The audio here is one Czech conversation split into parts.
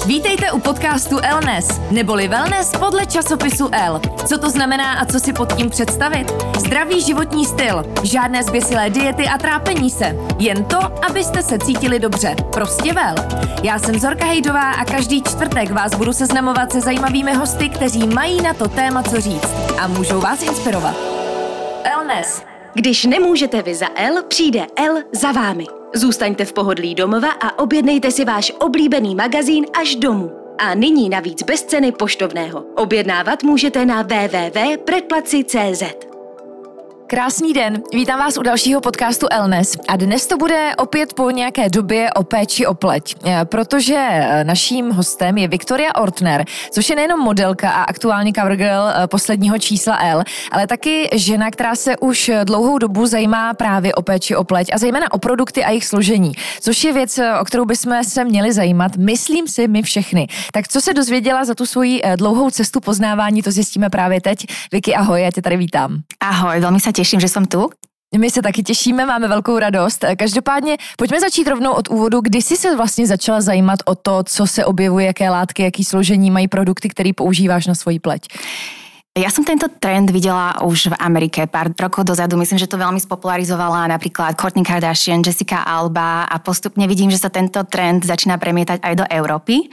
Vítejte u podcastu Elnes, neboli wellness podle časopisu Elle. Co to znamená a co si pod tím představit? Zdravý životní styl, žádné zběsilé diety a trápení se. Jen to, abyste se cítili dobře. Prostě well. Já jsem Zorka Hejdová a každý čtvrtek vás budu seznamovat se zajímavými hosty, kteří mají na to téma co říct a můžou vás inspirovat. Elnes. Když nemůžete vy za Elle, přijde Elle za vámi. Zůstaňte v pohodlí domova a objednejte si váš oblíbený magazín až domů. A nyní navíc bez ceny poštovného. Objednávat můžete na www.predplaci.cz. Krásný den, vítám vás u dalšího podcastu Elnes a dnes to bude opět po nějaké době o péči o pleť, protože naším hostem je Viktoria Ortner, což je nejenom modelka a aktuálně covergirl posledního čísla Elle, ale taky žena, která se už dlouhou dobu zajímá právě o péči o pleť a zejména o produkty a jejich složení, což je věc, o kterou bychom se měli zajímat, myslím si my všechny. Tak co se dozvěděla za tu svoji dlouhou cestu poznávání, to zjistíme právě teď. Vicky, ahoj, já tě tady vítám. Ahoj, velmi se těším, že jsem tu. My se taky těšíme, máme velkou radost. Každopádně pojďme začít rovnou od úvodu. Kdy jsi se vlastně začala zajímat o to, co se objevuje, jaké látky, jaký složení mají produkty, které používáš na svoji pleť? Ja som tento trend videla už v Amerike pár rokov dozadu. Myslím, že to veľmi spopularizovala napríklad Kourtney Kardashian, Jessica Alba a postupne vidím, že sa tento trend začína premietať aj do Európy.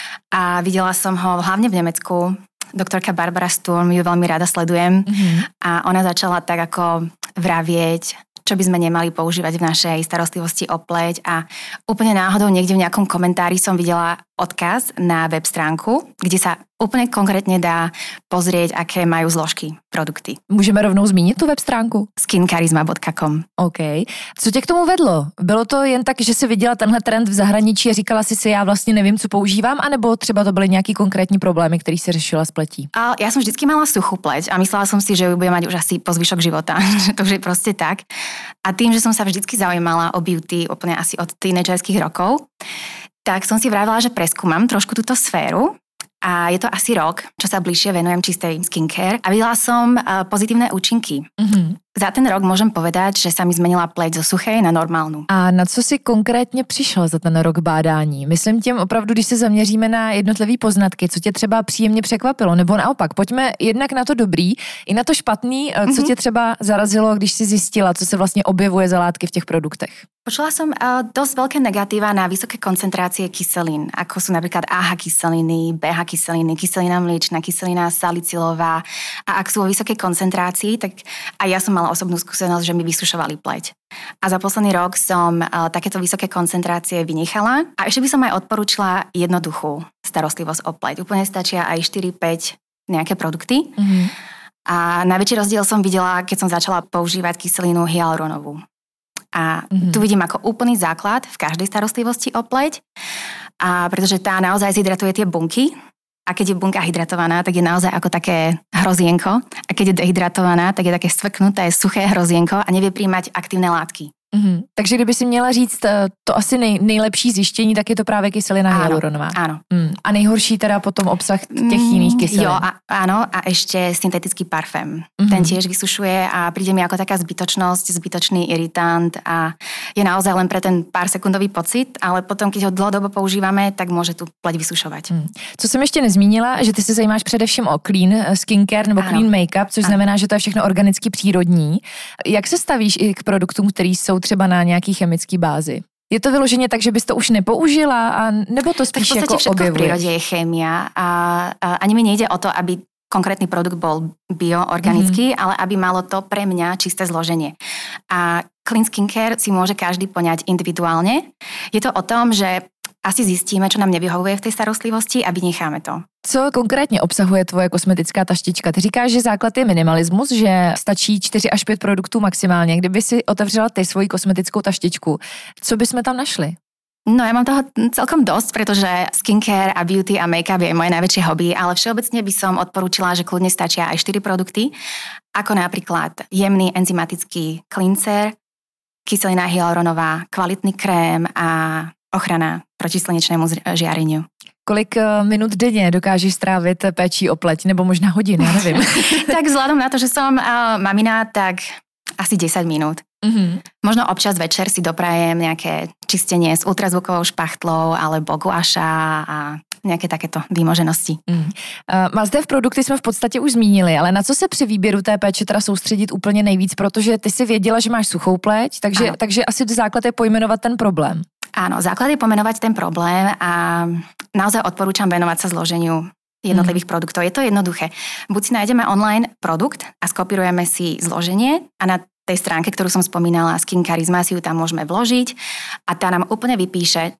A videla som ho hlavne v Nemecku. Doktorka Barbara Sturm, ju veľmi rada sledujem. A ona začala tak ako vravieť, čo by sme nemali používať v našej starostlivosti o pleť. A úplne náhodou niekde v nejakom komentári som videla odkaz na web stránku, kde sa úplně konkrétně dá pozrieť, aké majú zložky produkty. Můžeme rovnou zmínit tu web stránku? skincharisma.com. OK. Co tě k tomu vedlo? Bylo to jen tak, že jsi viděla tenhle trend v zahraničí a říkala si já vlastně nevím, co používám, anebo třeba to byly nějaký konkrétní problémy, který si řešila s pletí? Ja som vždycky mala suchú pleť a myslela som si, že ju budem mať už asi po zvyšok života. Že to už je proste tak. A tým, že som sa vždycky zaujímala o beauty úplne asi od tínedžerských rokov, tak som si vravila, že preskúmam trošku túto sféru. A je to asi rok, čo sa bližšie venujem čistej skincare a videla som pozitívne účinky. Za ten rok môžem povedať, že sa mi zmenila pleť zo suchej na normálnu. A na co si konkrétně přišel za ten rok bádání? Myslím tím opravdu, když se zaměříme na jednotlivé poznatky, co tě třeba příjemně překvapilo, nebo naopak, pojďme jednak na to dobrý i na to špatný, co tě třeba zarazilo, když si zjistila, co se vlastně objevuje za látky v těch produktech. Počula som dosť veľké negatíva na vysoké koncentrácie kyselín, ako sú napríklad AHA kyseliny, BH kyseliny, kyselina mliečna, kyselina salicylová. A ak sú vo vysokej koncentrácii, tak aj ja som mala osobnú skúsenosť, že mi vysušovali pleť. A za posledný rok som takéto vysoké koncentrácie vynechala. A ešte by som aj odporúčila jednoduchú starostlivosť o pleť. Úplne stačia aj 4-5 nejaké produkty. A najväčší rozdiel som videla, keď som začala používať kyselinu hyaluronovú. A tu vidím ako úplný základ v každej starostlivosti o pleť, a pretože tá naozaj zhydratuje tie bunky a keď je bunka hydratovaná, tak je naozaj ako také hrozienko a keď je dehydratovaná, tak je také stvknuté, suché hrozienko a nevie príjmať aktívne látky. Takže kdyby si měla říct to asi nejlepší zjištění, tak je to právě kyselina hyaluronová. Áno. A nejhorší teda potom obsah těch jiných kyselin. Jo, áno, a ešte syntetický parfém. Ten tiež vysušuje a príde mi ako taká zbytočnosť, zbytočný iritant a je naozaj len pre ten pár sekundový pocit, ale potom, keď ho dlhodobo používame, tak môže tu pleť vysušovať. Co jsem ještě nezmínila, že ty se zajímáš především o clean skincare nebo clean makeup, což znamená, že to je všechno organicky přírodní. Jak se stavíš i k produktům, který jsou třeba na nějaký chemický bázi? Je to vyloženě tak, že bys to už nepoužila, a nebo to spíš jako objevuješ? V podstate všetko v prírode je chémia a ani mi nejde o to, aby konkrétny produkt bol bioorganický, ale aby malo to pre mňa čisté zloženie. A clean skincare si môže každý poňať individuálne. Je to o tom, že asi zjistíme, čo nám nevyhovuje v tej starostlivosti a vynecháme to. Co konkrétně obsahuje tvoje kosmetická taštička? Ty říkáš, že základ je minimalismus, že stačí 4 až 5 produktů maximálně. Kdyby si otevřela ty svoji kosmetickou taštičku, co bychom tam našli? No ja mám toho celkom dosť, pretože skincare a beauty a make-up je moje najväčšie hobby, ale všeobecne by som odporúčila, že kľudne stačia aj 4 produkty, ako napríklad jemný enzymatický cleanser, kyselina hyaluronová, kvalitný krém a ochrana proti slnečnému žiareniu. Kolik minut denně dokážeš strávit péčí o pleť, nebo možná hodin, já nevím. Tak vzhľadom na to, že som mamina, tak asi 10 minút. Možno občas večer si doprajem nejaké čistenie s ultrazvukovou špachtlou alebo guaša a nejaké takéto výmoženosti. Mazdev produkty jsme v podstatě už zmínili, ale na co se při výběru té péče teda soustředit úplně nejvíc, protože ty si věděla, že máš suchou pleť, takže asi základ je pojmenovat ten problém. Áno, základ je pomenovať ten problém a naozaj odporúčam venovať sa zloženiu jednotlivých produktov. Je to jednoduché. Buď si nájdeme online produkt a skopírujeme si zloženie a na tej stránke, ktorú som spomínala, Skin Charisma, si ju tam môžeme vložiť a tá nám úplne vypíše,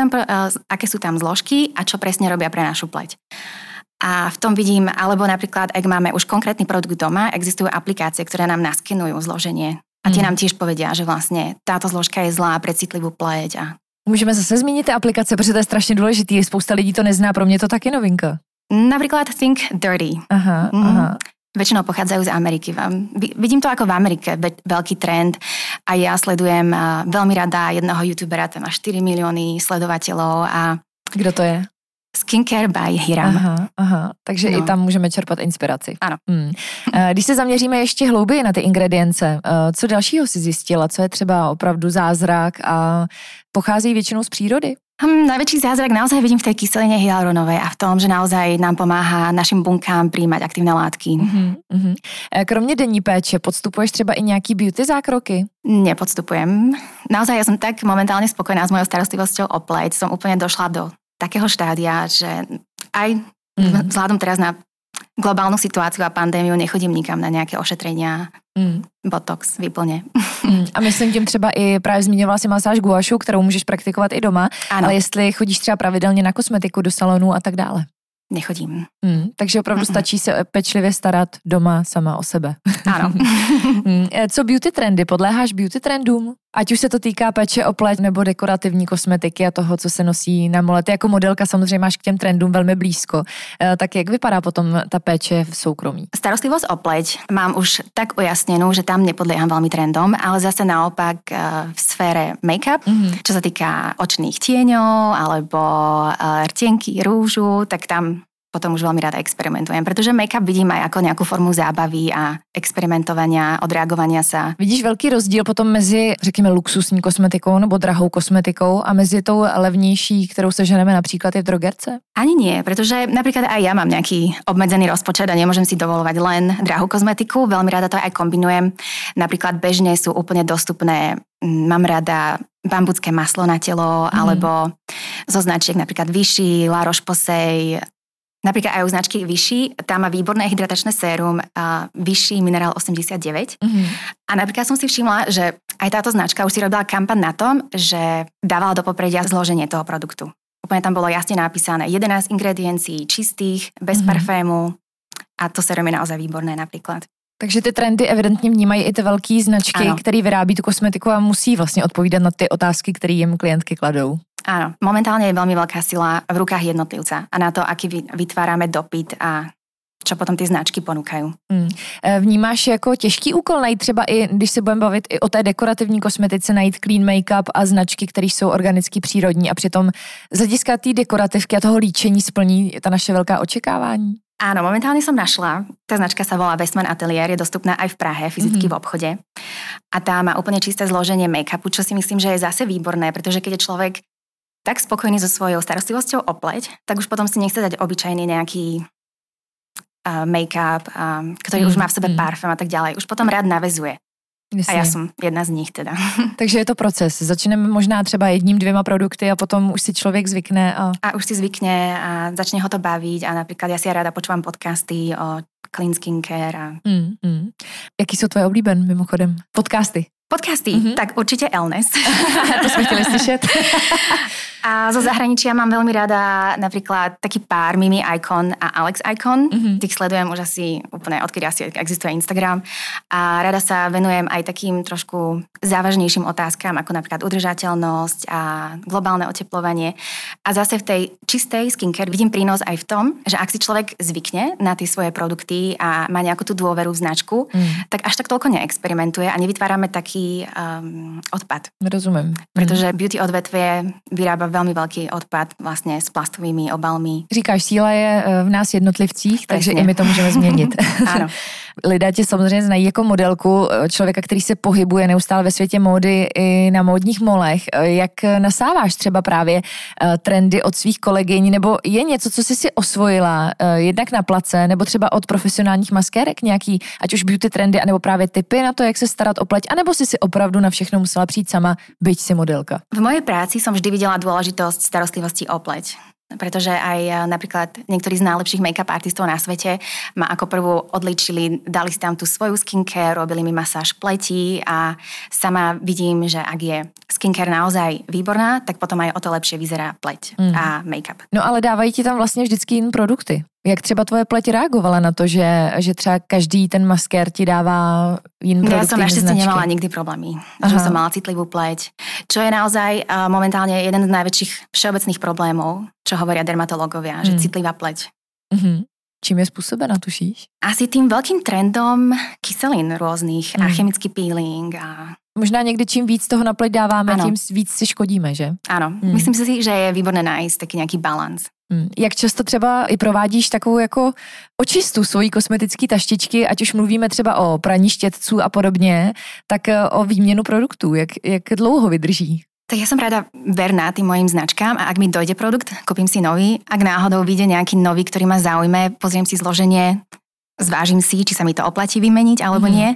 aké sú tam zložky a čo presne robia pre našu pleť. A v tom vidím, alebo napríklad, ak máme už konkrétny produkt doma, existujú aplikácie, ktoré nám naskenujú zloženie. A tie nám tiež povedia, že vlastne táto zložka je zlá pre citlivú pleť. Můžeme zase zmínit ty aplikace, protože to je strašně důležitý. Spousta lidí to nezná, pro mě to taky novinka. Napríklad Think Dirty. Aha. Väčšinou pochádzajú z Ameriky. Vidím to ako v Amerike, veľký trend a ja sledujem veľmi rada jedného youtubera, ten má 4 milióny sledovateľov a... Kdo to je? Skincare by Hiram. Aha, takže i tam můžeme čerpat inspiraci. Ano. Když se zaměříme ještě hlouběji na ty ingredience, co dalšího si zjistila, co je třeba opravdu zázrak a pochází většinou z přírody? Najväčší zázrak naozaj vidím v tej kyseline hyaluronovej a v tom, že naozaj nám pomáhá našim bunkám príjmať aktívne látky. Kromě denní péče, podstupuješ třeba i nějaký beauty zákroky? Nepodstupujem. Naozaj ja som tak momentálne spokojná s mojou starostlivosťou o pleť. Som úplne došla do takého štádia, že aj vzhľadom teraz na globálnu situáciu a pandémiu nechodím nikam na nejaké ošetrenia, botox, výplně. A myslím tím třeba i právě zmiňovala si masáž guašu, kterou můžeš praktikovat i doma, ano. Ale jestli chodíš třeba pravidelně na kosmetiku do salonu a tak dále. Nechodím. Takže opravdu stačí se pečlivě starat doma sama o sebe. Ano. Co beauty trendy? Podléháš beauty trendům? Ať už se to týká péče o pleť nebo dekorativní kosmetiky a toho, co se nosí na mole. Ty jako modelka samozřejmě máš k těm trendům velmi blízko. Tak jak vypadá potom ta péče v soukromí? Starostlivosť o pleť mám už tak ujasnenú, že tam nepodlieham veľmi trendom, ale zase naopak v sfére make-up, čo sa týka očných tieňov alebo rtienky, rúžu, tak tam potom už veľmi rada experimentujem, pretože make-up vidím aj ako nejakú formu zábavy a experimentovania, odreagovania sa. Vidíš velký rozdíl potom mezi, řekněme, luxusní kosmetikou nebo drahou kosmetikou a mezi tou levnější, kterou seženeme například i v drogerce? Ani nie, pretože napríklad aj ja mám nejaký obmedzený rozpočet a nemôžem si dovolovať len drahú kozmetiku. Veľmi rada to aj kombinujem. Napríklad bežne sú úplne dostupné, mám rada bambucké maslo na telo alebo zo značiek napríklad Vichy, La Roche-Posay. Napríklad aj u značky Vichy, tam má výborné hydratačné sérum Vichy Mineral 89. A napríklad som si všimla, že aj táto značka už si robila kampaň na tom, že dávala do popredia zloženie toho produktu. Úplne tam bolo jasne napísané 11 ingrediencií čistých, bez parfému a to sérum je naozaj výborné napríklad. Takže ty trendy evidentně vnímají i ty velké značky, které vyrábí tu kosmetiku a musí vlastně odpovídat na ty otázky, které jim klientky kladou. Áno, momentálne je veľmi veľká sila v rukách jednotlivca a na to, aký vytvárame dopyt a čo potom ty značky ponúkajú. Vnímáš jako těžký úkol najít třeba i, když se budeme bavit i o té dekorativní kosmetice, najít clean make-up a značky, které jsou organicky přírodní a přitom z hlediska té dekorativky a toho líčení splní ta naše velká očekávání? Áno, momentálne som našla. Tá značka sa volá Westman Atelier, je dostupná aj v Prahe, fyzicky v obchode. A tá má úplne čisté zloženie make-upu, čo si myslím, že je zase výborné, pretože keď je človek tak spokojný so svojou starostlivosťou o pleť, tak už potom si nechce dať obyčajný nejaký make-up, ktorý už má v sebe parfém a tak ďalej. Už potom rád navezuje. Jasně. A já jsem jedna z nich teda. Takže je to proces. Začneme možná třeba 1-2 produkty a potom už si člověk zvykne. A už si zvykne a začne ho to baviť a napríklad ja si rada počúvam podcasty o clean skincare. Jaký jsou tvoje oblíbené mimochodem? Podcasty, tak určite Elnes. To jsme chtěli slyšet. A zo zahraničia mám veľmi rada napríklad taký pár Mimi Icon a Alex Icon. Tých sledujem už asi úplne odkedy asi existuje Instagram. A rada sa venujem aj takým trošku závažnejším otázkam, ako napríklad udržateľnosť a globálne oteplovanie. A zase v tej čistej skincare vidím prínos aj v tom, že ak si človek zvykne na tie svoje produkty a má nejakú tú dôveru v značku, tak až tak toľko neexperimentuje a nevytvárame taký odpad. Rozumiem. Pretože beauty odvetvie vyrába veľmi veľký odpad vlastne s plastovými obalmi. Říkáš, síla je v nás jednotlivcích, takže i my to můžeme změnit. Áno. Lidé tě samozřejmě znají jako modelku, člověka, který se pohybuje neustále ve světě módy i na módních molech. Jak nasáváš třeba právě trendy od svých kolegyň, nebo je něco, co jsi si osvojila jednak na place, nebo třeba od profesionálních maskérek nějaký, ať už beauty trendy, anebo právě tipy na to, jak se starat o pleť, anebo si opravdu na všechno musela přijít sama, byť si modelka? V mojej práci som vždy videla dôležitosť starostlivosti o pleť. Pretože aj napríklad niektorí z najlepších make-up artistov na svete ma ako prvú odličili, dali si tam tú svoju skincare, robili mi masáž pleti a sama vidím, že ak je skincare naozaj výborná, tak potom aj o to lepšie vyzerá pleť a make-up. No ale dávají ti tam vlastně vždycky jiné produkty. Jak třeba tvoje pleť reagovala na to, že třeba každý ten maskér ti dává jiný produkty? Ja som našťastie nemala nikdy problémy, že som mala citlivú pleť. Čo je naozaj momentálne jeden z najväčších všeobecných problémov, čo hovoria dermatológovia, že citlivá pleť. Čím je způsobena, tušíš? Asi tým veľkým trendom kyselín rôznych a chemický peeling a... Možná někdy čím víc toho na pleť dáváme, tím víc si škodíme, že? Áno, myslím si, že je výborné nájsť taký nejaký balans. Jak často třeba i provádíš takovou jako očistu svojí kosmetické taštičky, ať už mluvíme třeba o praní štětců a podobně, tak o výměnu produktů, jak dlouho vydrží? Tak ja som rada verná tým mojim značkám a ak mi dojde produkt, kúpim si nový. Ak náhodou vyjde nejaký nový, ktorý ma zaujme, pozriem si zloženie, zvážim si, či sa mi to oplatí vymeniť alebo nie.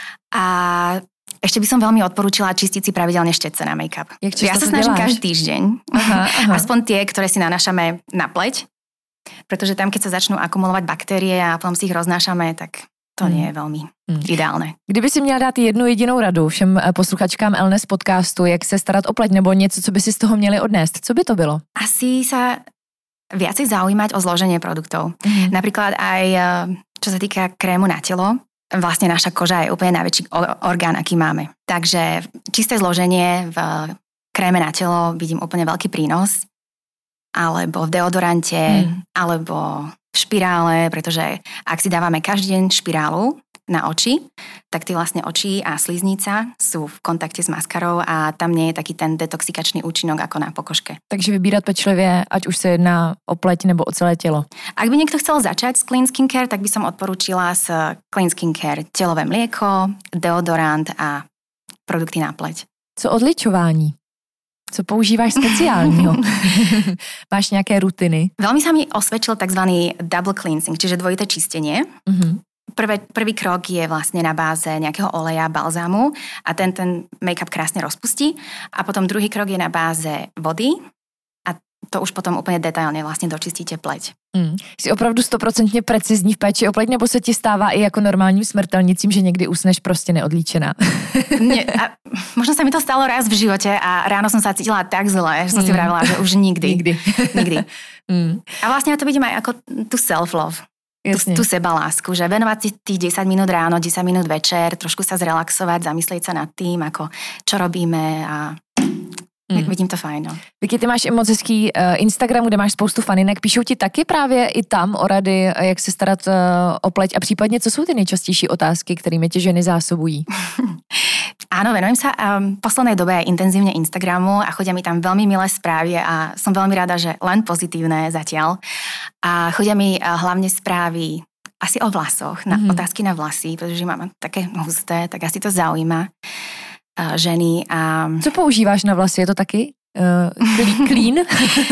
A ešte by som veľmi odporúčila čistiť si pravidelne štece na make-up. Ja sa snažím každý týždeň. Aha. Aspoň tie, ktoré si nanášame na pleť. Pretože tam, keď sa začnú akumulovať baktérie a potom si ich roznášame, tak to nie je veľmi ideálne. Kdyby si měla dát jednu jedinou radu všem posluchačkám Elnes podcastu, jak se starat o pleť, nebo něco, co by si z toho měli odnést, co by to bylo? Asi sa viacej zaujímať o zloženie produktov. Napríklad aj, čo sa týka krému na telo, vlastne naša koža je úplne najväčší orgán, aký máme. Takže čisté zloženie v kréme na telo vidím úplne veľký prínos. Alebo v deodorante, alebo v špirále, pretože ak si dávame každý deň špirálu na oči, tak ty vlastne oči a sliznica sú v kontakte s maskarou a tam nie je taký ten detoxikačný účinok ako na pokožke. Takže vybírat pečlivě, ať už se jedná o pleť nebo o celé tělo. Ak by niekto chcel začať s Clean Skincare, tak by som odporúčila s Clean Skincare telové mlieko, deodorant a produkty na pleť. Co odličování? Co používáš speciálního? Máš nějaké rutiny? Veľmi sa mi osvedčil tzv. Double cleansing, čiže dvojité čistenie. Prvý krok je vlastne na báze nejakého oleja, balzámu a ten make-up krásne rozpustí. A potom druhý krok je na báze vody a to už potom úplne detailne vlastne dočistíte pleť. Jsi opravdu 100% precizní v péči o pleť, nebo se ti stává i jako normálním smrtelnicím, že někdy usneš prostě neodlíčená? Možno sa mi to stalo raz v živote a ráno som sa cítila tak zle, že som si vravila, že už nikdy. A vlastne ja to vidím aj ako tu self-love. Tú sebalásku, že venovať si tých 10 minút ráno, 10 minút večer, trošku sa zrelaxovať, zamyslieť sa nad tým, ako čo robíme a vidím to fajn. No. Vicky, ty máš i moc hezký Instagram, kde máš spoustu faninek. Píšou ti taky právě i tam o rady, jak se starat o pleť a případně, co jsou ty nejčastější otázky, kterými tě ženy zásobují? Áno, venujem sa v poslednej dobe aj intenzívne Instagramu a chodia mi tam veľmi milé správy a som veľmi rada, že len pozitívne zatiaľ. A chodia mi hlavne správy asi o vlasoch, na otázky na vlasy, pretože mám také husté, tak asi to zaujíma ženy. A... Co používáš na vlasy? Je to taky clean?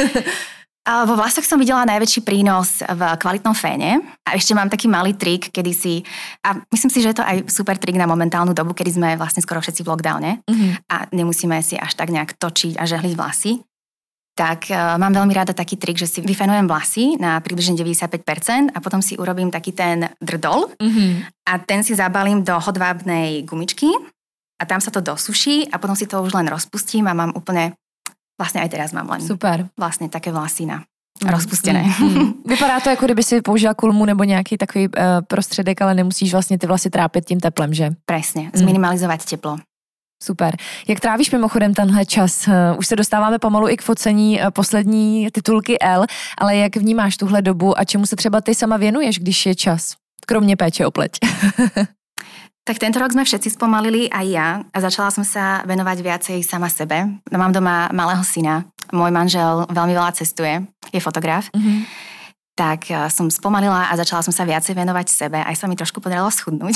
Vo vlasoch som videla najväčší prínos v kvalitnom féne a ešte mám taký malý trik, kedy si, a myslím si, že je to aj super trik na momentálnu dobu, kedy sme vlastne skoro všetci v lockdowne a nemusíme si až tak nejak točiť a žehliť vlasy. Tak mám veľmi rada taký trik, že si vyfenujem vlasy na približne 95% a potom si urobím taký ten drdol a ten si zabalím do hodvábnej gumičky a tam sa to dosuší a potom si to už len rozpustím a mám úplne Vlastne aj teraz mám len vlastne také vlasy na rozpustené. Vypadá to, jako kdyby si použila kulmu nebo nějaký takový prostředek, ale nemusíš vlastně ty vlasy trápit tím teplem, že? Presne, zminimalizovat teplo. Super. Jak trávíš mimochodem tenhle čas? Už se dostáváme pomalu i k focení poslední titulky L, ale jak vnímáš tuhle dobu a čemu se třeba ty sama věnuješ, když je čas? Kromě péče o pleť. Tak tento rok sme všetci spomalili, aj ja, a začala som sa venovať viacej sama sebe. Mám doma malého syna, môj manžel veľmi veľa cestuje, je fotograf. tak som spomalila a začala som sa viacej venovať sebe. Aj sa mi trošku podarilo schudnúť.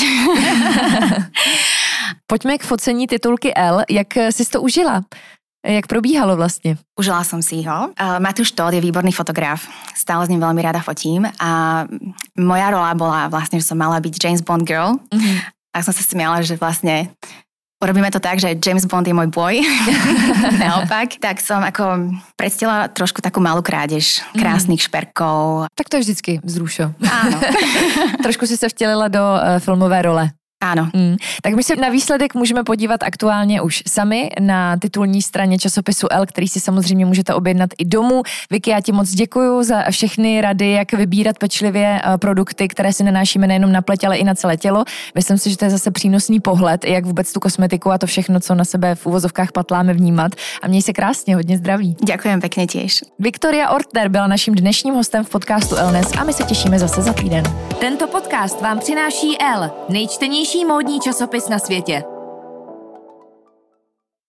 Pojďme k focení titulky L. Jak jsi to užila? Jak probíhalo vlastně? Užila som si ho. Matúš Tóth je výborný fotograf. Stále s ním veľmi rada fotím. A moja rola bola vlastne, že som mala byť James Bond girl. A som sa smiala, že vlastne urobíme to tak, že James Bond je môj boj. Naopak. Tak som ako predstila trošku takú malú krádež krásnych šperkov. Tak to je vždycky vzrušo. Áno. Trošku si se vtělila do filmové role. Áno. Tak my se na výsledek můžeme podívat aktuálně už sami na titulní straně časopisu L, který si samozřejmě můžete objednat i domů. Vicky, já ti moc děkuju za všechny rady, jak vybírat pečlivě produkty, které si nanášíme nejenom na pleť, ale i na celé tělo. Myslím si, že to je zase přínosný pohled, jak vůbec tu kosmetiku a to všechno, co na sebe v úvozovkách patláme, vnímat. A měj se krásně, hodně zdraví. Ďakujem pekne tiež. Viktoria Ortner byla naším dnešním hostem v podcastu Elnes a my se těšíme zase za týden. Tento podcast vám přináší L, nejčtenější módní časopis na světě.